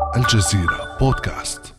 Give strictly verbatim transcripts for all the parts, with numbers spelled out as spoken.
الجزيرة بودكاست.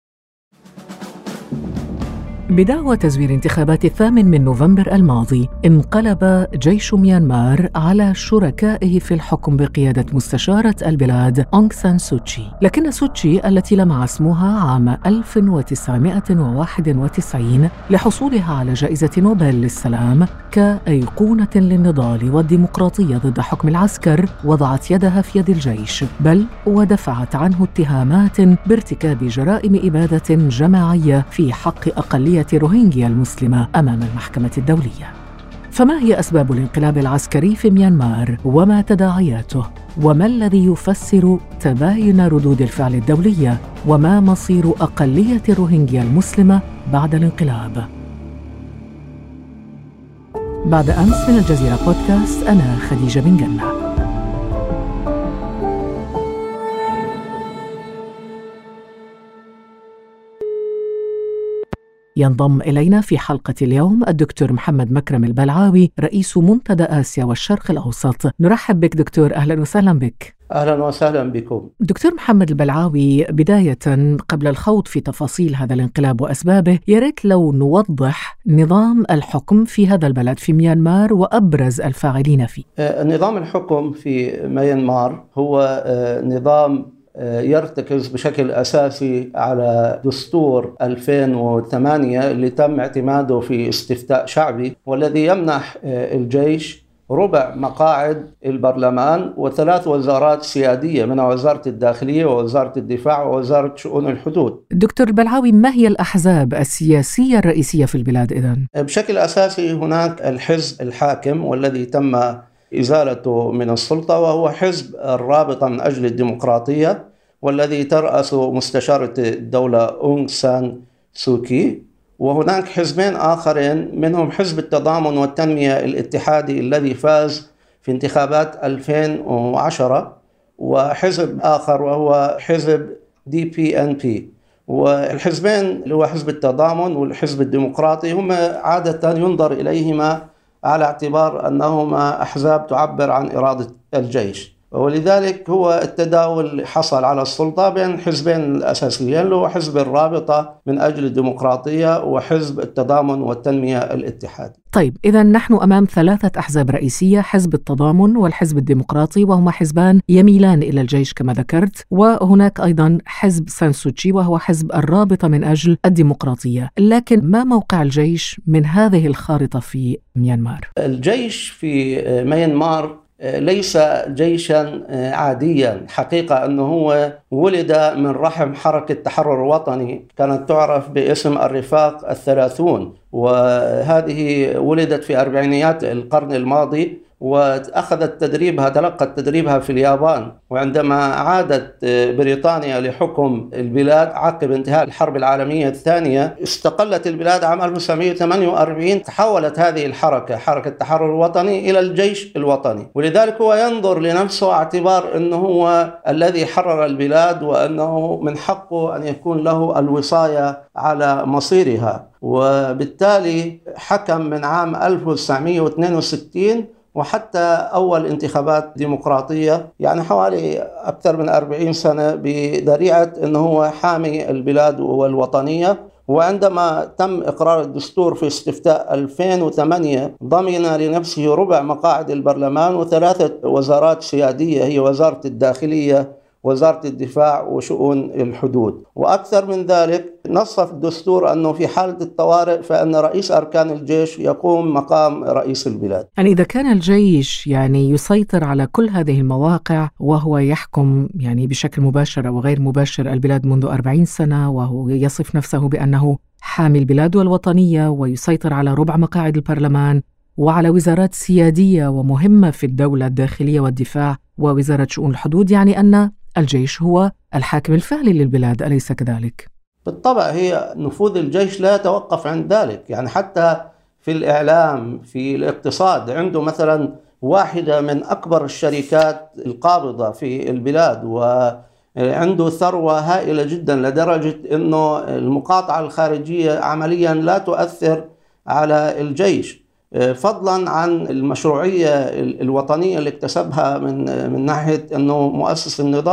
بدعوى تزوير انتخابات الثامن من نوفمبر الماضي، انقلب جيش ميانمار على شركائه في الحكم بقيادة مستشارة البلاد أونغ سان سوتشي. لكن سوتشي التي لمع اسمها عام ألف وتسعمائة وواحد وتسعين لحصولها على جائزة نوبل للسلام كأيقونة للنضال والديمقراطية ضد حكم العسكر، وضعت يدها في يد الجيش، بل ودفعت عنه اتهامات بارتكاب جرائم إبادة جماعية في حق أقلية روهينجيا المسلمة أمام المحكمة الدولية. فما هي أسباب الانقلاب العسكري في ميانمار وما تداعياته؟ وما الذي يفسر تباين ردود الفعل الدولية؟ وما مصير أقلية روهينجيا المسلمة بعد الانقلاب؟ بعد أمس من الجزيرة بودكاست، أنا خديجة بن جنة. ينضم إلينا في حلقة اليوم الدكتور محمد مكرم البلعاوي، رئيس منتدى آسيا والشرق الأوسط. نرحب بك دكتور، أهلا وسهلا بك. أهلا وسهلا بكم. دكتور محمد البلعاوي، بداية قبل الخوض في تفاصيل هذا الانقلاب وأسبابه، ياريت لو نوضح نظام الحكم في هذا البلد في ميانمار وأبرز الفاعلين فيه. نظام الحكم في ميانمار هو نظام يرتكز بشكل أساسي على دستور ألفين وثمانية اللي تم اعتماده في استفتاء شعبي، والذي يمنح الجيش ربع مقاعد البرلمان وثلاث وزارات سيادية، منها وزارة الداخلية ووزارة الدفاع ووزارة شؤون الحدود. دكتور البلعاوي، ما هي الأحزاب السياسية الرئيسية في البلاد إذن؟ بشكل أساسي هناك الحزب الحاكم والذي تم إزالته من السلطة، وهو حزب الرابطة من أجل الديمقراطية، والذي ترأس مستشارة الدولة أونغ سان سوكي. وهناك حزبين آخرين، منهم حزب التضامن والتنمية الاتحادي الذي فاز في انتخابات ألفين وعشرة، وحزب آخر وهو حزب دي بي إن بي. والحزبين اللي هو حزب التضامن والحزب الديمقراطي هم عادة ينظر إليهما على اعتبار أنهما أحزاب تعبر عن إرادة الجيش، ولذلك هو التداول حصل على السلطة بين حزبين الأساسيين، اللي هو حزب الرابطة من أجل الديمقراطية وحزب التضامن والتنمية الاتحادي. طيب، إذن نحن أمام ثلاثة أحزاب رئيسية، حزب التضامن والحزب الديمقراطي، وهما حزبان يميلان إلى الجيش كما ذكرت، وهناك أيضا حزب سان سوتشي وهو حزب الرابطة من أجل الديمقراطية. لكن ما موقع الجيش من هذه الخارطة في ميانمار؟ الجيش في ميانمار ليس جيشا عاديا، حقيقة أنه هو ولد من رحم حركة تحرر وطني كانت تعرف باسم الرفاق الثلاثون، وهذه ولدت في أربعينيات القرن الماضي، وأخذت تدريبها تلقت تدريبها في اليابان. وعندما عادت بريطانيا لحكم البلاد عقب انتهاء الحرب العالمية الثانية، استقلت البلاد عام ألف وتسعمائة وثمانية وأربعين، تحولت هذه الحركة حركة التحرر الوطني إلى الجيش الوطني. ولذلك هو ينظر لنفسه اعتبار أنه هو الذي حرر البلاد، وأنه من حقه أن يكون له الوصاية على مصيرها. وبالتالي حكم من عام ألف وتسعمائة واثنين وستين وحتى أول انتخابات ديمقراطية، يعني حوالي أكثر من أربعين سنة، بذريعة أنه هو حامي البلاد والوطنية. وعندما تم إقرار الدستور في استفتاء ألفين وثمانية، ضمن لنفسه ربع مقاعد البرلمان وثلاثة وزارات سيادية، هي وزارة الداخلية، وزارة الدفاع وشؤون الحدود. وأكثر من ذلك، نص في الدستور أنه في حالة الطوارئ فإن رئيس أركان الجيش يقوم مقام رئيس البلاد. يعني إذا كان الجيش يعني يسيطر على كل هذه المواقع، وهو يحكم يعني بشكل مباشر أو غير مباشر البلاد منذ أربعين سنة، وهو يصف نفسه بأنه حامي البلاد والوطنية، ويسيطر على ربع مقاعد البرلمان وعلى وزارات سيادية ومهمة في الدولة، الداخلية والدفاع ووزارة شؤون الحدود، يعني أن الجيش هو الحاكم الفعلي للبلاد، أليس كذلك؟ بالطبع، هي نفوذ الجيش لا يتوقف عند ذلك. يعني حتى في الإعلام، في الاقتصاد، عنده مثلا واحدة من أكبر الشركات القابضة في البلاد، وعنده ثروة هائلة جدا لدرجة أنه المقاطعة الخارجية عمليا لا تؤثر على الجيش. فضلا عن المشروعية الوطنية اللي اكتسبها من من ناحية أنه مؤسس النضال.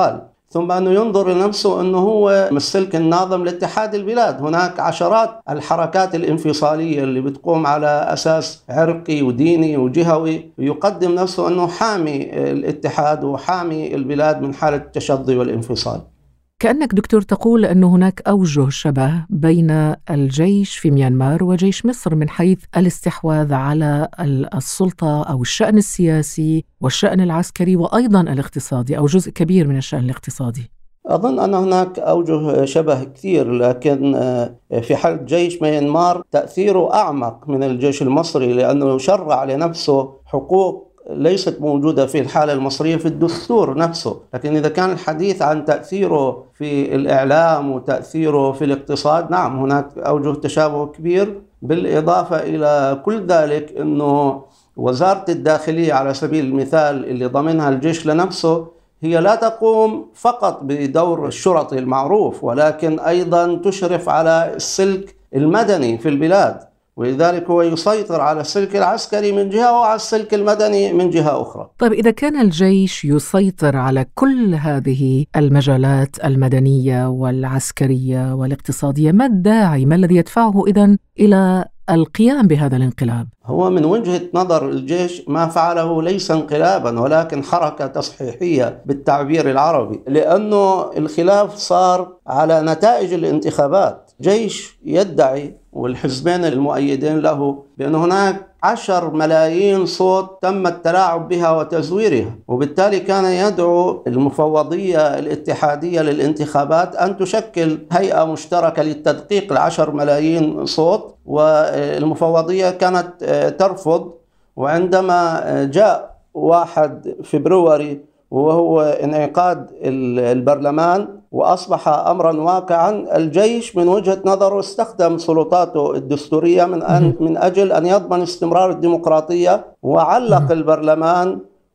ثم أنه ينظر لنفسه أنه هو السلك الناظم لاتحاد البلاد. هناك عشرات الحركات الانفصالية اللي بتقوم على أساس عرقي وديني وجهوي، ويقدم نفسه أنه حامي الاتحاد وحامي البلاد من حالة التشظي والانفصال. كأنك دكتور تقول أن هناك أوجه شبه بين الجيش في ميانمار وجيش مصر من حيث الاستحواذ على السلطة أو الشأن السياسي والشأن العسكري وأيضا الاقتصادي أو جزء كبير من الشأن الاقتصادي. أظن أن هناك أوجه شبه كثير، لكن في حالة جيش ميانمار تأثيره أعمق من الجيش المصري، لأنه شرع لنفسه حقوق ليست موجودة في الحالة المصرية في الدستور نفسه. لكن إذا كان الحديث عن تأثيره في الإعلام وتأثيره في الاقتصاد، نعم هناك أوجه تشابه كبير. بالإضافة إلى كل ذلك أنه وزارة الداخلية على سبيل المثال اللي ضمنها الجيش لنفسه هي لا تقوم فقط بدور الشرطي المعروف، ولكن أيضا تشرف على السلك المدني في البلاد، ولذلك هو يسيطر على السلك العسكري من جهة وعلى السلك المدني من جهة أخرى. طيب إذا كان الجيش يسيطر على كل هذه المجالات المدنية والعسكرية والاقتصادية، ما الداعي، ما الذي يدفعه إذن إلى القيام بهذا الانقلاب؟ هو من وجهة نظر الجيش ما فعله ليس انقلابا ولكن حركة تصحيحية بالتعبير العربي، لأنه الخلاف صار على نتائج الانتخابات. جيش يدعي والحزبين المؤيدين له بأن هناك عشر ملايين صوت تم التلاعب بها وتزويرها، وبالتالي كان يدعو المفوضية الاتحادية للانتخابات أن تشكل هيئة مشتركة للتدقيق العشر ملايين صوت، والمفوضية كانت ترفض. وعندما جاء واحد فبراير وهو انعقاد البرلمان وأصبح أمرا واقعا، الجيش من وجهة نظره استخدم سلطاته الدستورية من, أن من أجل أن يضمن استمرار الديمقراطية، وعلق البرلمان،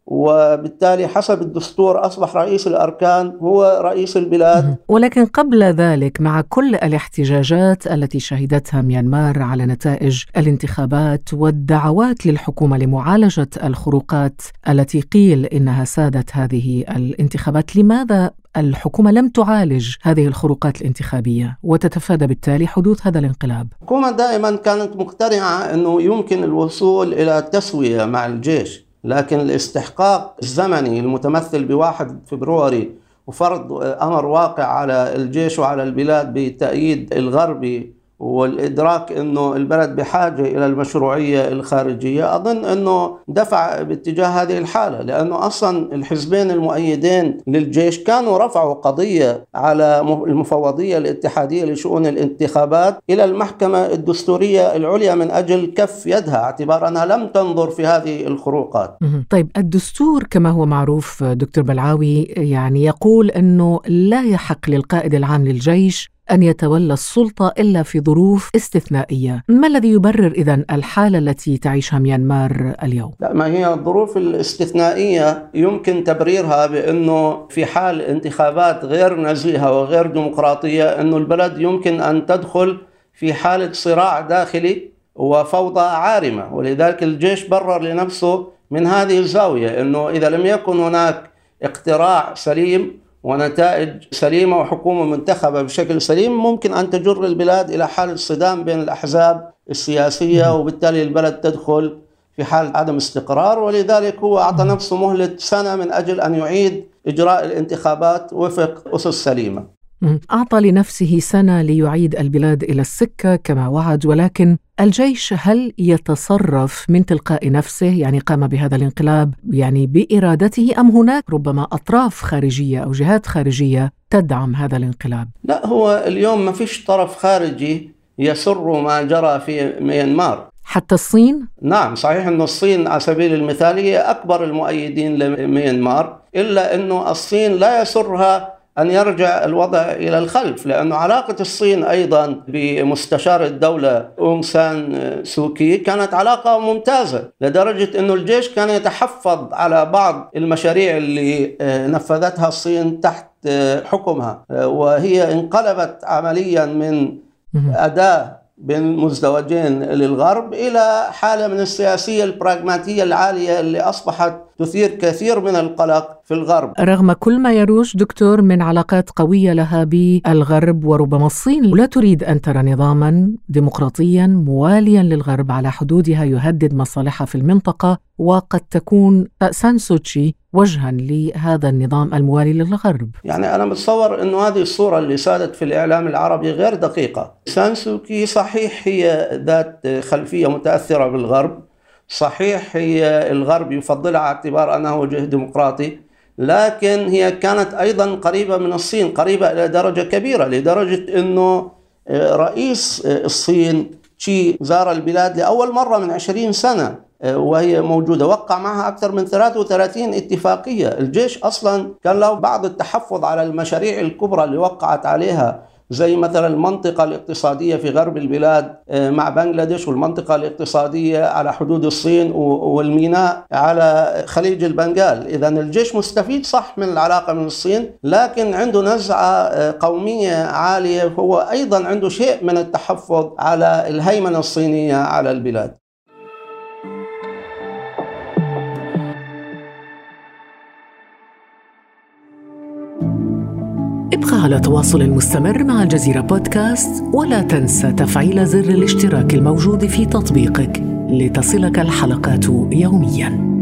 وبالتالي حسب الدستور أصبح رئيس الأركان هو رئيس البلاد. ولكن قبل ذلك مع كل الاحتجاجات التي شهدتها ميانمار على نتائج الانتخابات والدعوات للحكومة لمعالجة الخروقات التي قيل إنها سادت هذه الانتخابات، لماذا الحكومة لم تعالج هذه الخروقات الانتخابية وتتفادى بالتالي حدوث هذا الانقلاب؟ الحكومة دائما كانت مقتنعة أنه يمكن الوصول إلى تسوية مع الجيش، لكن الاستحقاق الزمني المتمثل بواحد فبراير وفرض أمر واقع على الجيش وعلى البلاد بالتأييد الغربي والإدراك أنه البلد بحاجة إلى المشروعية الخارجية، أظن أنه دفع باتجاه هذه الحالة. لأنه أصلا الحزبين المؤيدين للجيش كانوا رفعوا قضية على المفوضية الاتحادية لشؤون الانتخابات إلى المحكمة الدستورية العليا من أجل كف يدها، اعتبار أنها لم تنظر في هذه الخروقات. طيب الدستور كما هو معروف دكتور بلعاوي يعني يقول أنه لا يحق للقائد العام للجيش أن يتولى السلطة إلا في ظروف استثنائية. ما الذي يبرر إذن الحالة التي تعيشها ميانمار اليوم؟ لا، ما هي الظروف الاستثنائية يمكن تبريرها بأنه في حال انتخابات غير نزيهة وغير ديمقراطية أنه البلد يمكن أن تدخل في حالة صراع داخلي وفوضى عارمة، ولذلك الجيش برر لنفسه من هذه الزاوية أنه إذا لم يكن هناك اقتراع سليم ونتائج سليمة وحكومة منتخبة بشكل سليم، ممكن أن تجر البلاد إلى حالة صدام بين الأحزاب السياسية، وبالتالي البلد تدخل في حالة عدم استقرار. ولذلك هو أعطى نفسه مهلة سنة من أجل أن يعيد إجراء الانتخابات وفق أسس سليمة. أعطى لنفسه سنة ليعيد البلاد إلى السكة كما وعد، ولكن الجيش هل يتصرف من تلقاء نفسه؟ يعني قام بهذا الانقلاب يعني بإرادته، أم هناك ربما أطراف خارجية أو جهات خارجية تدعم هذا الانقلاب؟ لا، هو اليوم ما فيش طرف خارجي يسر ما جرى في ميانمار. حتى الصين؟ نعم صحيح أن الصين على سبيل المثال هي أكبر المؤيدين لميانمار، إلا أن الصين لا يسرها أن يرجع الوضع إلى الخلف، لأن علاقة الصين أيضا بمستشار الدولة أونغ سان سوكي كانت علاقة ممتازة، لدرجة أن الجيش كان يتحفظ على بعض المشاريع اللي نفذتها الصين تحت حكمها، وهي انقلبت عمليا من أداة بين مزدوجين للغرب إلى حالة من السياسية البراغماتية العالية اللي أصبحت تثير كثير من القلق في الغرب. رغم كل ما يروج دكتور من علاقات قوية لها بالغرب، وربما الصين لا تريد أن ترى نظاما ديمقراطيا مواليا للغرب على حدودها يهدد مصالحها في المنطقة، وقد تكون سان سوتشي وجها لهذا النظام الموالي للغرب. يعني أنا بتصور أنه هذه الصورة اللي سادت في الإعلام العربي غير دقيقة. سان سوكي صحيح هي ذات خلفية متأثرة بالغرب، صحيح هي الغرب يفضلها على اعتبار أنها وجه ديمقراطي، لكن هي كانت أيضا قريبة من الصين، قريبة إلى درجة كبيرة، لدرجة أنه رئيس الصين شي زار البلاد لأول مرة من عشرين سنة وهي موجودة، وقع معها أكثر من ثلاثة وثلاثين اتفاقية. الجيش أصلا كان له بعض التحفظ على المشاريع الكبرى اللي وقعت عليها، زي مثلا المنطقة الاقتصادية في غرب البلاد مع بنغلاديش، والمنطقة الاقتصادية على حدود الصين، والميناء على خليج البنغال. إذا الجيش مستفيد صح من العلاقة من الصين، لكن عنده نزعة قومية عالية، هو أيضا عنده شيء من التحفظ على الهيمنة الصينية على البلاد. ابقى على تواصل مستمر مع الجزيرة بودكاست، ولا تنسى تفعيل زر الاشتراك الموجود في تطبيقك لتصلك الحلقات يومياً.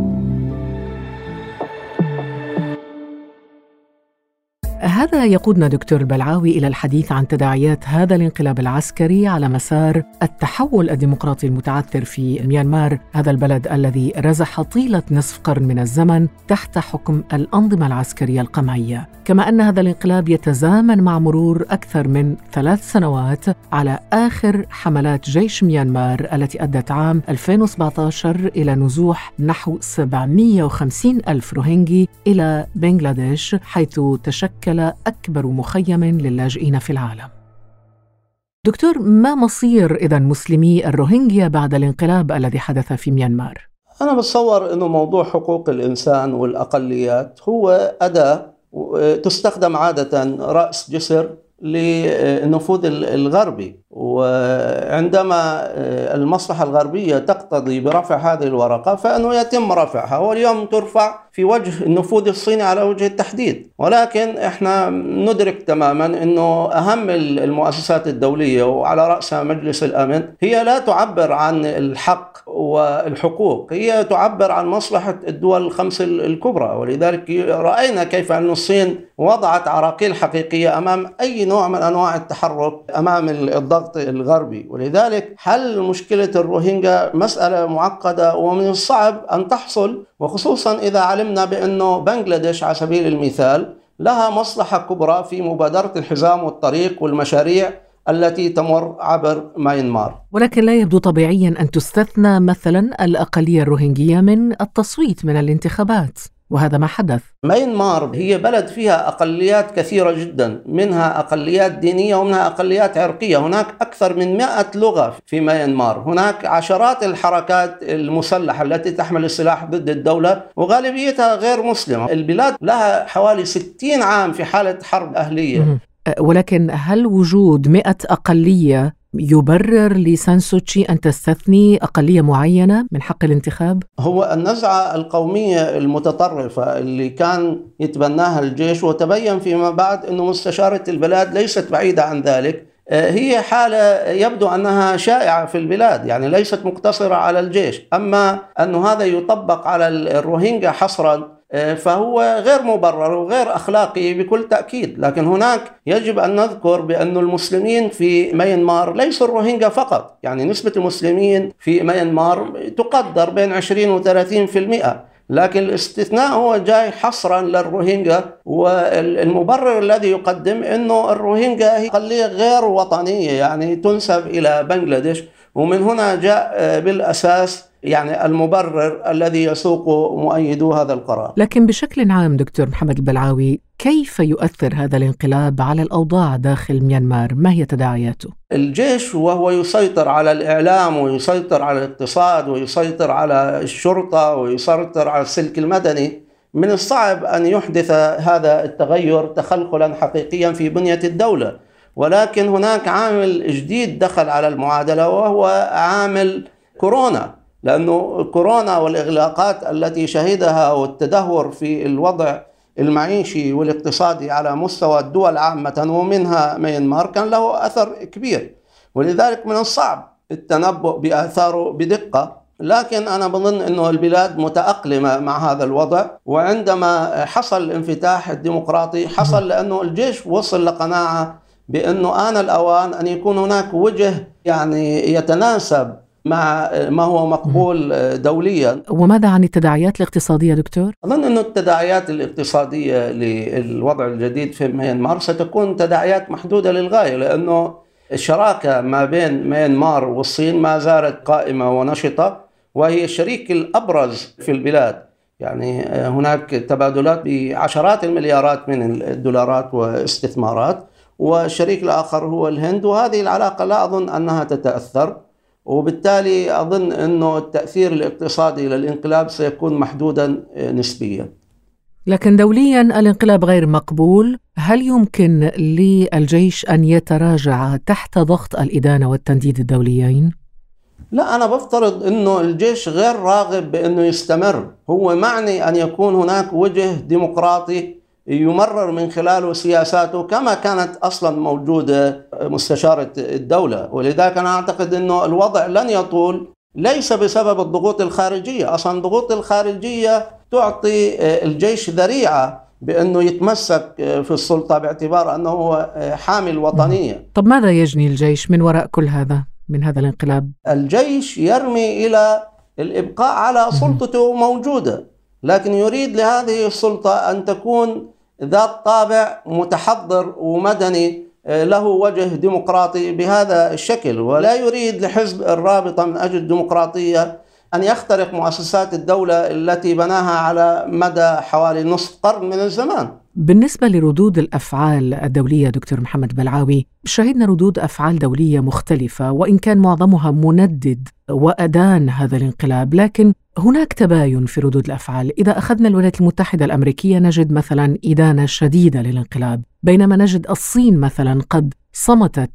هذا يقودنا دكتور البلعاوي إلى الحديث عن تداعيات هذا الانقلاب العسكري على مسار التحول الديمقراطي المتعثر في ميانمار، هذا البلد الذي رزح طيلة نصف قرن من الزمن تحت حكم الأنظمة العسكرية القمعية، كما أن هذا الانقلاب يتزامن مع مرور أكثر من ثلاث سنوات على آخر حملات جيش ميانمار التي أدت عام ألفين وسبعة عشر إلى نزوح نحو سبعمئة وخمسين ألف روهينجي إلى بنغلاديش، حيث تشكل أكبر مخيم للاجئين في العالم. دكتور، ما مصير إذن مسلمي الروهينجيا بعد الانقلاب الذي حدث في ميانمار؟ أنا بتصور أنه موضوع حقوق الإنسان والأقليات هو أداة تستخدم عادة رأس جسر للنفوذ الغربي، وعندما المصلحة الغربية تقتضي برفع هذه الورقة فإنه يتم رفعها، واليوم ترفع في وجه النفوذ الصيني على وجه التحديد. ولكن احنا ندرك تماما أنه أهم المؤسسات الدولية وعلى رأسها مجلس الأمن هي لا تعبر عن الحق والحقوق، هي تعبر عن مصلحة الدول الخمس الكبرى. ولذلك رأينا كيف أن الصين وضعت عراقيل حقيقية أمام أي نوع من أنواع التحرك أمام الضغط الغربي. ولذلك حل مشكلة الروهينجا مسألة معقدة ومن الصعب أن تحصل، وخصوصا إذا علمنا بأنه بنغلاديش على سبيل المثال لها مصلحة كبرى في مبادرة الحزام والطريق والمشاريع التي تمر عبر ميانمار. ولكن لا يبدو طبيعيا أن تستثنى مثلا الأقلية الروهينجية من التصويت من الانتخابات، وهذا ما حدث. ميانمار هي بلد فيها أقليات كثيرة جدا، منها أقليات دينية ومنها أقليات عرقية. هناك أكثر من مئة لغة في ميانمار، هناك عشرات الحركات المسلحة التي تحمل السلاح ضد الدولة وغالبيتها غير مسلمة. البلاد لها حوالي ستين عام في حالة حرب أهلية. ولكن هل وجود مئة أقلية يبرر لسان سوتشي أن تستثني أقلية معينة من حق الانتخاب؟ هو النزعة القومية المتطرفة اللي كان يتبناها الجيش، وتبين فيما بعد أنه مستشارة البلاد ليست بعيدة عن ذلك، هي حالة يبدو أنها شائعة في البلاد، يعني ليست مقتصرة على الجيش. أما أن هذا يطبق على الروهينجا حصرا فهو غير مبرر وغير أخلاقي بكل تأكيد. لكن هناك يجب أن نذكر بأن المسلمين في ميانمار ليسوا الروهينجا فقط، يعني نسبة المسلمين في ميانمار تقدر بين عشرين وثلاثين في المئة، لكن الاستثناء هو جاي حصرا للروهينجا. والمبرر الذي يقدم أنه الروهينجا هي أقلية غير وطنية، يعني تنسب إلى بنغلاديش، ومن هنا جاء بالأساس يعني المبرر الذي يسوق مؤيدو هذا القرار. لكن بشكل عام دكتور محمد البلعاوي، كيف يؤثر هذا الانقلاب على الأوضاع داخل ميانمار؟ ما هي تداعياته؟ الجيش وهو يسيطر على الإعلام ويسيطر على الاقتصاد ويسيطر على الشرطة ويسيطر على السلك المدني، من الصعب أن يحدث هذا التغير تخلخلا حقيقيا في بنية الدولة. ولكن هناك عامل جديد دخل على المعادلة وهو عامل كورونا. لأنه كورونا والإغلاقات التي شهدها والتدهور في الوضع المعيشي والاقتصادي على مستوى الدول عامة ومنها ميانمار كان له أثر كبير، ولذلك من الصعب التنبؤ بآثاره بدقة. لكن أنا بظن أنه البلاد متأقلمة مع هذا الوضع، وعندما حصل الانفتاح الديمقراطي حصل لأنه الجيش وصل لقناعة بأنه آن الأوان أن يكون هناك وجه يعني يتناسب مع ما هو مقبول دوليا. وماذا عن التداعيات الاقتصادية دكتور؟ أظن أن التداعيات الاقتصادية للوضع الجديد في ميانمار ستكون تداعيات محدودة للغاية، لأنه الشراكة ما بين ميانمار والصين ما زالت قائمة ونشطة، وهي الشريك الأبرز في البلاد. يعني هناك تبادلات بعشرات المليارات من الدولارات واستثمارات، والشريك الآخر هو الهند، وهذه العلاقة لا أظن أنها تتأثر، وبالتالي أظن أنه التأثير الاقتصادي للانقلاب سيكون محدودا نسبيا. لكن دوليا الانقلاب غير مقبول، هل يمكن للجيش أن يتراجع تحت ضغط الإدانة والتنديد الدوليين؟ لا، أنا بفترض أنه الجيش غير راغب بأنه يستمر، هو معني أن يكون هناك وجه ديمقراطي يمرر من خلاله سياساته كما كانت أصلا موجودة مستشارة الدولة. ولذلك أنا أعتقد أنه الوضع لن يطول، ليس بسبب الضغوط الخارجية. أصلا الضغوط الخارجية تعطي الجيش ذريعة بأنه يتمسك في السلطة باعتبار أنه هو حامل وطنية. طب ماذا يجني الجيش من وراء كل هذا، من هذا الانقلاب؟ الجيش يرمي إلى الإبقاء على سلطته موجودة، لكن يريد لهذه السلطة أن تكون ذات طابع متحضر ومدني له وجه ديمقراطي بهذا الشكل، ولا يريد لحزب الرابطة من أجل الديمقراطية أن يخترق مؤسسات الدولة التي بناها على مدى حوالي نصف قرن من الزمان. بالنسبة لردود الأفعال الدولية دكتور محمد بلعاوي، شهدنا ردود أفعال دولية مختلفة، وإن كان معظمها مندد وأدان هذا الانقلاب، لكن هناك تباين في ردود الأفعال. إذا أخذنا الولايات المتحدة الأمريكية نجد مثلا إدانة شديدة للانقلاب، بينما نجد الصين مثلا قد صمتت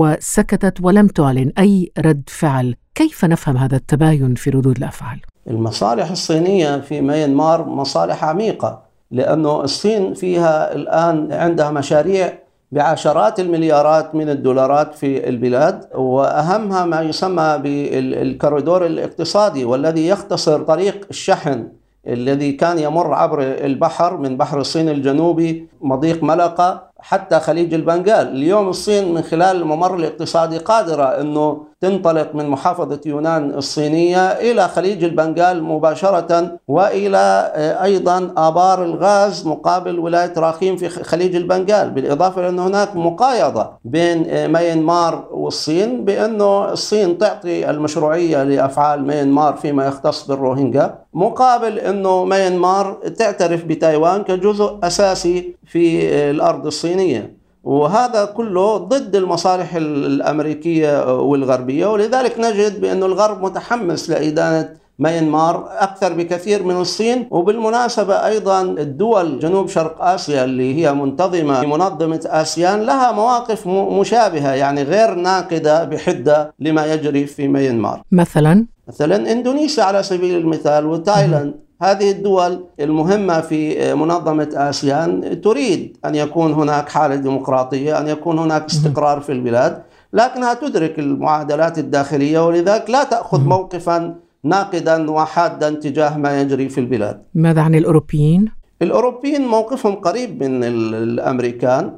وسكتت ولم تعلن أي رد فعل. كيف نفهم هذا التباين في ردود الأفعال؟ المصالح الصينية في ميانمار مصالح عميقة، لأنه الصين فيها الآن عندها مشاريع بعشرات المليارات من الدولارات في البلاد، وأهمها ما يسمى بالكوريدور الاقتصادي، والذي يختصر طريق الشحن الذي كان يمر عبر البحر من بحر الصين الجنوبي مضيق ملقا حتى خليج البنغال. اليوم الصين من خلال الممر الاقتصادي قادرة أنه تنطلق من محافظة يونان الصينية إلى خليج البنغال مباشرة، وإلى أيضا آبار الغاز مقابل ولاية راخين في خليج البنغال، بالإضافة لأن هناك مقايضة بين ميانمار والصين بأنه الصين تعطي المشروعية لأفعال ميانمار فيما يختص بالروهينجا، مقابل أنه ميانمار تعترف بتايوان كجزء أساسي في الأرض الصينية. وهذا كله ضد المصالح الأمريكية والغربية، ولذلك نجد بأن الغرب متحمس لإدانة ميانمار أكثر بكثير من الصين. وبالمناسبة أيضا الدول جنوب شرق آسيا اللي هي منتظمة بمنظمة آسيان لها مواقف مشابهة، يعني غير ناقدة بحدة لما يجري في ميانمار. مثلا مثلا إندونيسيا على سبيل المثال وتايلاند، هذه الدول المهمة في منظمة آسيان تريد أن يكون هناك حالة ديمقراطية، أن يكون هناك استقرار في البلاد، لكنها تدرك المعادلات الداخلية، ولذلك لا تأخذ موقفا ناقدا وحادا تجاه ما يجري في البلاد. ماذا عن الأوروبيين؟ الأوروبيين موقفهم قريب من الأمريكان،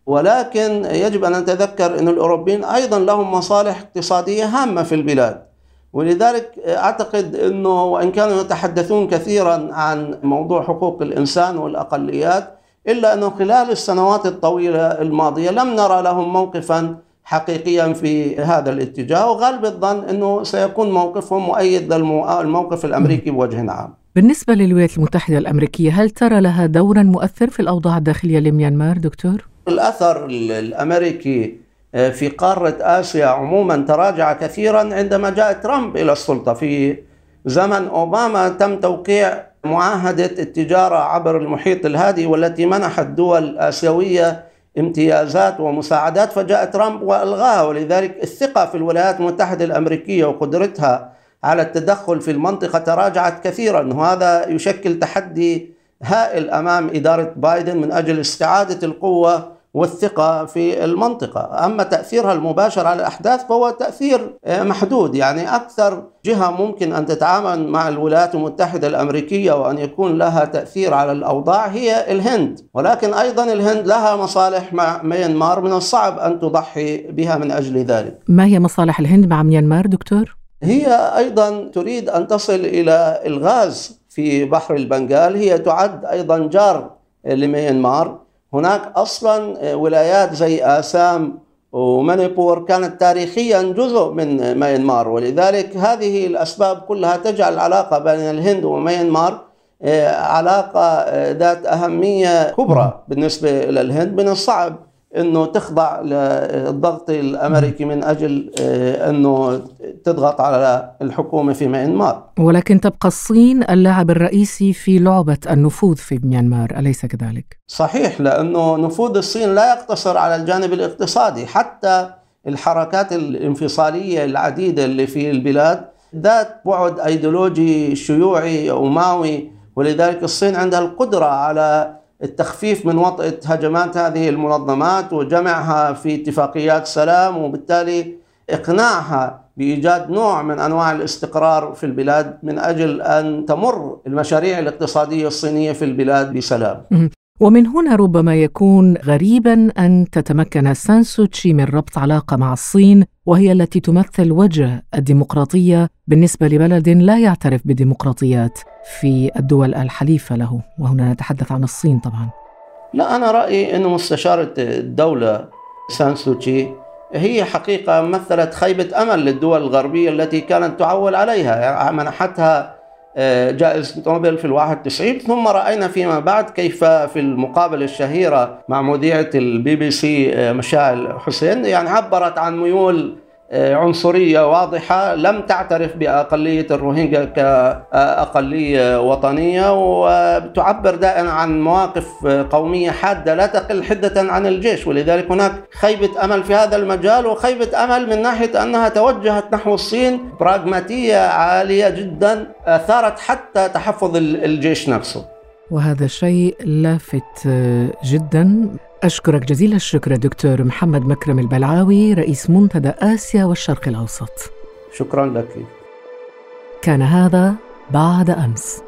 ولكن يجب أن نتذكر أن الأوروبيين أيضا لهم مصالح اقتصادية هامة في البلاد، ولذلك أعتقد أنه وإن كانوا يتحدثون كثيرا عن موضوع حقوق الإنسان والأقليات، إلا أنه خلال السنوات الطويلة الماضية لم نرى لهم موقفا حقيقيا في هذا الاتجاه، وغالب الظن أنه سيكون موقفهم مؤيد للموقف الأمريكي بوجه عام. بالنسبة للولايات المتحدة الأمريكية، هل ترى لها دورا مؤثر في الأوضاع الداخلية لميانمار دكتور؟ الأثر الأمريكي في قارة آسيا عموما تراجع كثيرا عندما جاء ترامب إلى السلطة. في زمن أوباما تم توقيع معاهدة التجارة عبر المحيط الهادي والتي منحت دول آسيوية امتيازات ومساعدات، فجاء ترامب وألغاها. ولذلك الثقة في الولايات المتحدة الأمريكية وقدرتها على التدخل في المنطقة تراجعت كثيرا، وهذا يشكل تحدي هائل أمام إدارة بايدن من أجل استعادة القوة والثقة في المنطقة. أما تأثيرها المباشر على الأحداث فهو تأثير محدود، يعني أكثر جهة ممكن أن تتعامل مع الولايات المتحدة الأمريكية وأن يكون لها تأثير على الأوضاع هي الهند، ولكن أيضا الهند لها مصالح مع ميانمار من الصعب أن تضحي بها من أجل ذلك. ما هي مصالح الهند مع ميانمار دكتور؟ هي أيضا تريد أن تصل إلى الغاز في بحر البنغال، هي تعد أيضا جار لميانمار. هناك أصلا ولايات زي آسام ومانيبور كانت تاريخيا جزء من ميانمار، ولذلك هذه الأسباب كلها تجعل العلاقة بين الهند وميانمار علاقة ذات أهمية كبرى بالنسبة للهند. من الصعب أنه تخضع للضغط الأمريكي من أجل أنه تضغط على الحكومة في ميانمار. ولكن تبقى الصين اللاعب الرئيسي في لعبة النفوذ في ميانمار، أليس كذلك؟ صحيح، لأنه نفوذ الصين لا يقتصر على الجانب الاقتصادي، حتى الحركات الانفصالية العديدة اللي في البلاد ذات بعد أيديولوجي شيوعي وماوي، ولذلك الصين عندها القدرة على التخفيف من وطأة هجمات هذه المنظمات وجمعها في اتفاقيات سلام، وبالتالي إقناعها بإيجاد نوع من أنواع الاستقرار في البلاد من أجل أن تمر المشاريع الاقتصادية الصينية في البلاد بسلام. ومن هنا ربما يكون غريبا أن تتمكن سان سو تشي من ربط علاقة مع الصين، وهي التي تمثل وجه الديمقراطية بالنسبة لبلد لا يعترف بالديمقراطيات في الدول الحليفة له، وهنا نتحدث عن الصين طبعا. لا، أنا رأيي أن مستشارة الدولة سان سو تشي هي حقيقة مثلت خيبة أمل للدول الغربية التي كانت تعول عليها، يعني منحتها جائزة نوبل في الواحد وتسعين، ثم رأينا فيما بعد كيف في المقابلة الشهيرة مع مذيعة البي بي سي مشاعل حسين يعني عبرت عن ميول عنصرية واضحة، لم تعترف بأقلية الروهينجا كأقلية وطنية، وتعبر دائما عن مواقف قومية حادة لا تقل حدة عن الجيش. ولذلك هناك خيبة أمل في هذا المجال، وخيبة أمل من ناحية أنها توجهت نحو الصين براغماتية عالية جدا أثارت حتى تحفظ الجيش نفسه، وهذا شيء لافت جدا. أشكرك جزيل الشكر دكتور محمد مكرم البلعاوي، رئيس منتدى آسيا والشرق الأوسط. شكرا لك. كان هذا بعد أمس.